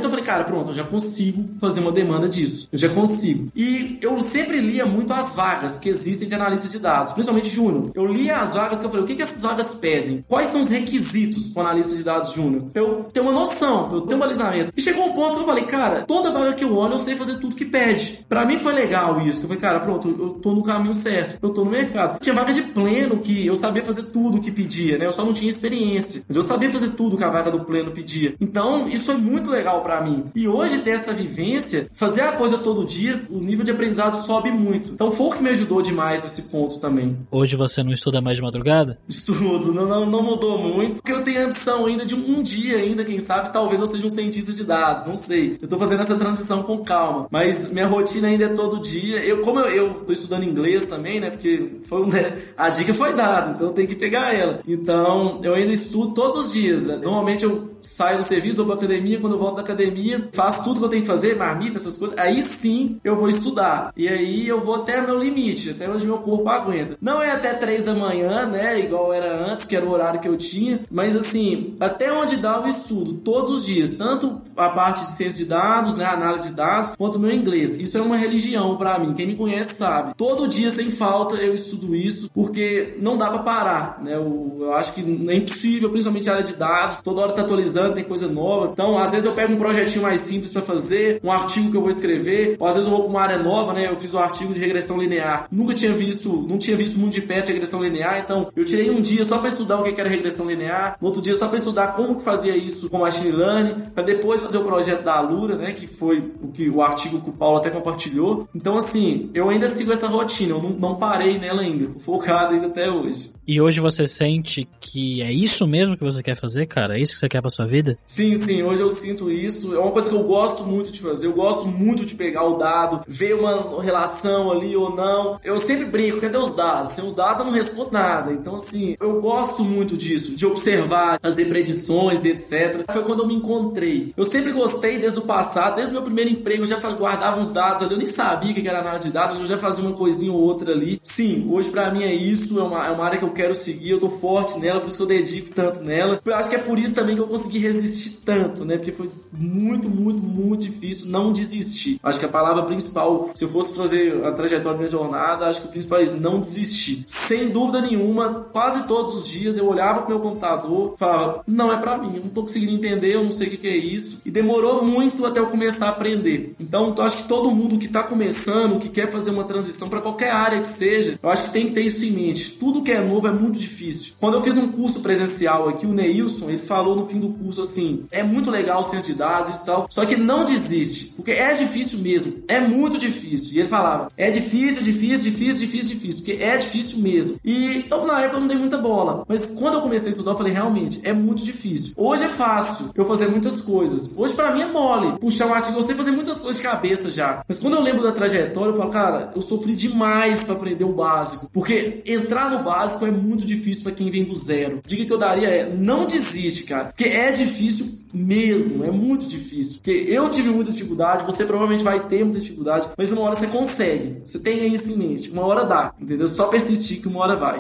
pronto, eu já consigo fazer uma demanda disso. Eu já consigo. E eu sempre lia muito as vagas que existem de analista de dados, principalmente júnior. Eu lia as vagas que eu falei, o que, que essas vagas pedem? Quais são os requisitos para analista de dados júnior? Pra eu ter uma noção, pra eu ter um balizamento. E chegou um ponto que eu falei, cara, toda vaga que eu olho, eu sei fazer tudo que pede. Pra mim foi legal isso. Eu falei, cara, pronto, eu tô no caminho certo. Eu tô no mercado. Tinha vaga de pleno que eu sabia fazer tudo que pedia, né? Eu só não tinha experiência. Mas eu sabia fazer tudo que a vaga do pleno pedia. Então, isso foi muito legal pra mim. E hoje, ter essa vivência, fazer a coisa todo dia, o nível de aprendizado sobe muito. Então, foi o que me ajudou demais nesse ponto também. Hoje você não estuda mais de madrugada? Estudo. Não, não, não mudou muito. Porque eu tenho a ambição ainda de um, um dia ainda, quem sabe, talvez eu seja um cientista de dados. Não sei. Eu tô fazendo essa transição com calma. Mas minha rotina ainda é todo dia. Eu, como eu, eu tô estudando inglês também, né? Porque foi um, né, a dica foi dada, então eu tenho que pegar ela. Então, eu ainda estudo todos os dias. Né? Normalmente eu saio do serviço, vou pra academia, quando eu volto da academia, faço tudo que eu tenho que fazer, marmita, essas coisas, aí sim eu vou estudar. E aí eu vou até o meu limite, até onde meu corpo aguenta. Não é até três da manhã, né, igual era antes, que era o horário que eu tinha, mas assim, até onde dá eu estudo, todos os dias, tanto a parte de ciência de dados, né, análise de dados, quanto o meu inglês. Isso é uma religião pra mim, quem me conhece sabe. Todo dia, sem falta, eu estudo isso, porque não dá pra parar, né, eu, eu acho que é impossível, principalmente a área de dados, toda hora tá atualizando, tem coisa nova. Então, às vezes eu pego um projetinho mais simples pra fazer, um artigo que eu vou escrever, ou às vezes eu vou pra uma área nova, né? Eu fiz um artigo de regressão linear. Nunca tinha visto, não tinha visto muito de perto de regressão linear, então eu tirei um dia só pra estudar o que era regressão linear, no outro dia só pra estudar como que fazia isso com machine learning, pra depois fazer o projeto da Alura, né? Que foi o, que, o artigo que o Paulo até compartilhou. Então, assim, eu ainda sigo essa rotina, eu não, não parei nela ainda, tô focado ainda até hoje. E hoje você sente que é isso mesmo que você quer fazer, cara? É isso que você quer pra sua vida? Sim, sim. Hoje eu sinto isso. É uma coisa que eu gosto muito de fazer. Eu gosto muito de pegar o dado, ver uma relação ali ou não. Eu sempre brinco, cadê os dados? Sem os dados eu não respondo nada. Então, assim, eu gosto muito disso, de observar, fazer predições e etcétera. Foi quando eu me encontrei. Eu sempre gostei desde o passado, desde o meu primeiro emprego, eu já guardava uns dados ali. Eu nem sabia o que era análise de dados, eu já fazia uma coisinha ou outra ali. Sim, hoje pra mim é isso. É uma, é uma área que eu quero seguir, eu tô forte nela, por isso que eu dedico tanto nela. Eu acho que é por isso também que eu consegui resistir tanto, né? Porque foi muito, muito, muito difícil não desistir. Acho que a palavra principal, se eu fosse fazer a trajetória da minha jornada, acho que o principal é isso, não desistir. Sem dúvida nenhuma, quase todos os dias eu olhava pro meu computador e falava, não é pra mim, eu não tô conseguindo entender, eu não sei o que, que é isso. E demorou muito até eu começar a aprender. Então, eu acho que todo mundo que tá começando, que quer fazer uma transição pra qualquer área que seja, eu acho que tem que ter isso em mente. Tudo que é novo é muito difícil. Quando eu fiz um curso presencial aqui, o Neilson, ele falou no fim do curso assim, é muito legal ciência de dados e tal, só que não desiste, porque é difícil mesmo, é muito difícil. E ele falava, é difícil, difícil, difícil, difícil, difícil, porque é difícil mesmo. E então, na época eu não dei muita bola, mas quando eu comecei a estudar, eu falei, realmente, é muito difícil. Hoje é fácil eu fazer muitas coisas. Hoje pra mim é mole, puxar um artigo, eu sei fazer muitas coisas de cabeça já. Mas quando eu lembro da trajetória, eu falo, cara, eu sofri demais pra aprender o básico, porque entrar no básico é muito difícil pra quem vem do zero. Dica que eu daria é, não desiste, cara, porque é difícil mesmo, é muito difícil. Porque eu tive muita dificuldade, você provavelmente vai ter muita dificuldade, mas uma hora você consegue. Você tem isso em mente, uma hora dá, entendeu? Só persistir que uma hora vai.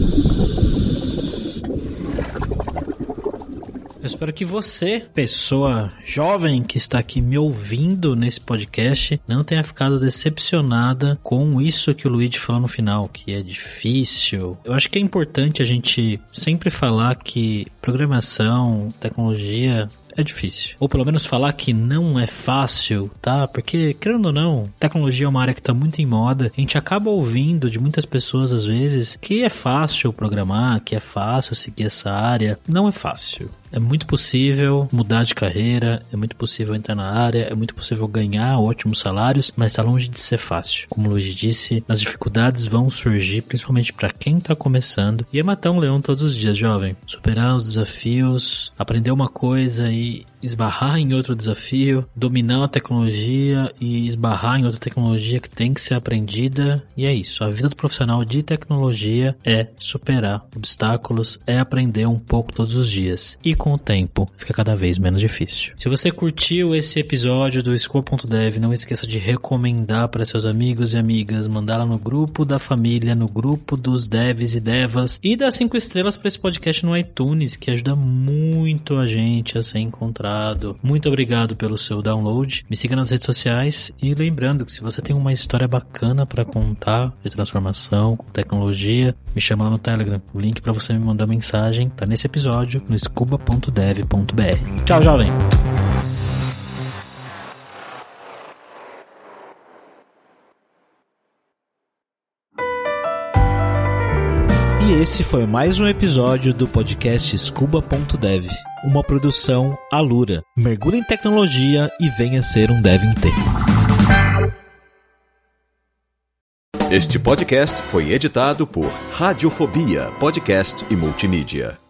Eu espero que você, pessoa jovem que está aqui me ouvindo nesse podcast, não tenha ficado decepcionada com isso que o Luigi falou no final, que é difícil. Eu acho que é importante a gente sempre falar que programação, tecnologia é difícil. Ou pelo menos falar que não é fácil, tá? Porque, querendo ou não, tecnologia é uma área que tá muito em moda. A gente acaba ouvindo de muitas pessoas, às vezes, que é fácil programar, que é fácil seguir essa área. Não é fácil. É muito possível mudar de carreira, é muito possível entrar na área, é muito possível ganhar ótimos salários, mas está longe de ser fácil. Como o Luigi disse, as dificuldades vão surgir, principalmente para quem está começando, e é matar um leão todos os dias, jovem. Superar os desafios, aprender uma coisa e esbarrar em outro desafio, dominar a tecnologia e esbarrar em outra tecnologia que tem que ser aprendida, e é isso. A vida do profissional de tecnologia é superar obstáculos, é aprender um pouco todos os dias. E com o tempo fica cada vez menos difícil. Se você curtiu esse episódio do Scuba ponto dev, não esqueça de recomendar para seus amigos e amigas, mandar lá no grupo da família, no grupo dos devs e devas, e dar cinco estrelas para esse podcast no iTunes, que ajuda muito a gente a ser encontrado. Muito obrigado pelo seu download. Me siga nas redes sociais e lembrando que se você tem uma história bacana para contar de transformação com tecnologia, me chama lá no Telegram. O link para você me mandar mensagem tá nesse episódio no scuba ponto dev ponto b r. Tchau, jovem! E esse foi mais um episódio do podcast Scuba ponto dev, uma produção Alura. Mergulhe em tecnologia e venha ser um dev inteiro. Este podcast foi editado por Radiofobia, podcast e multimídia.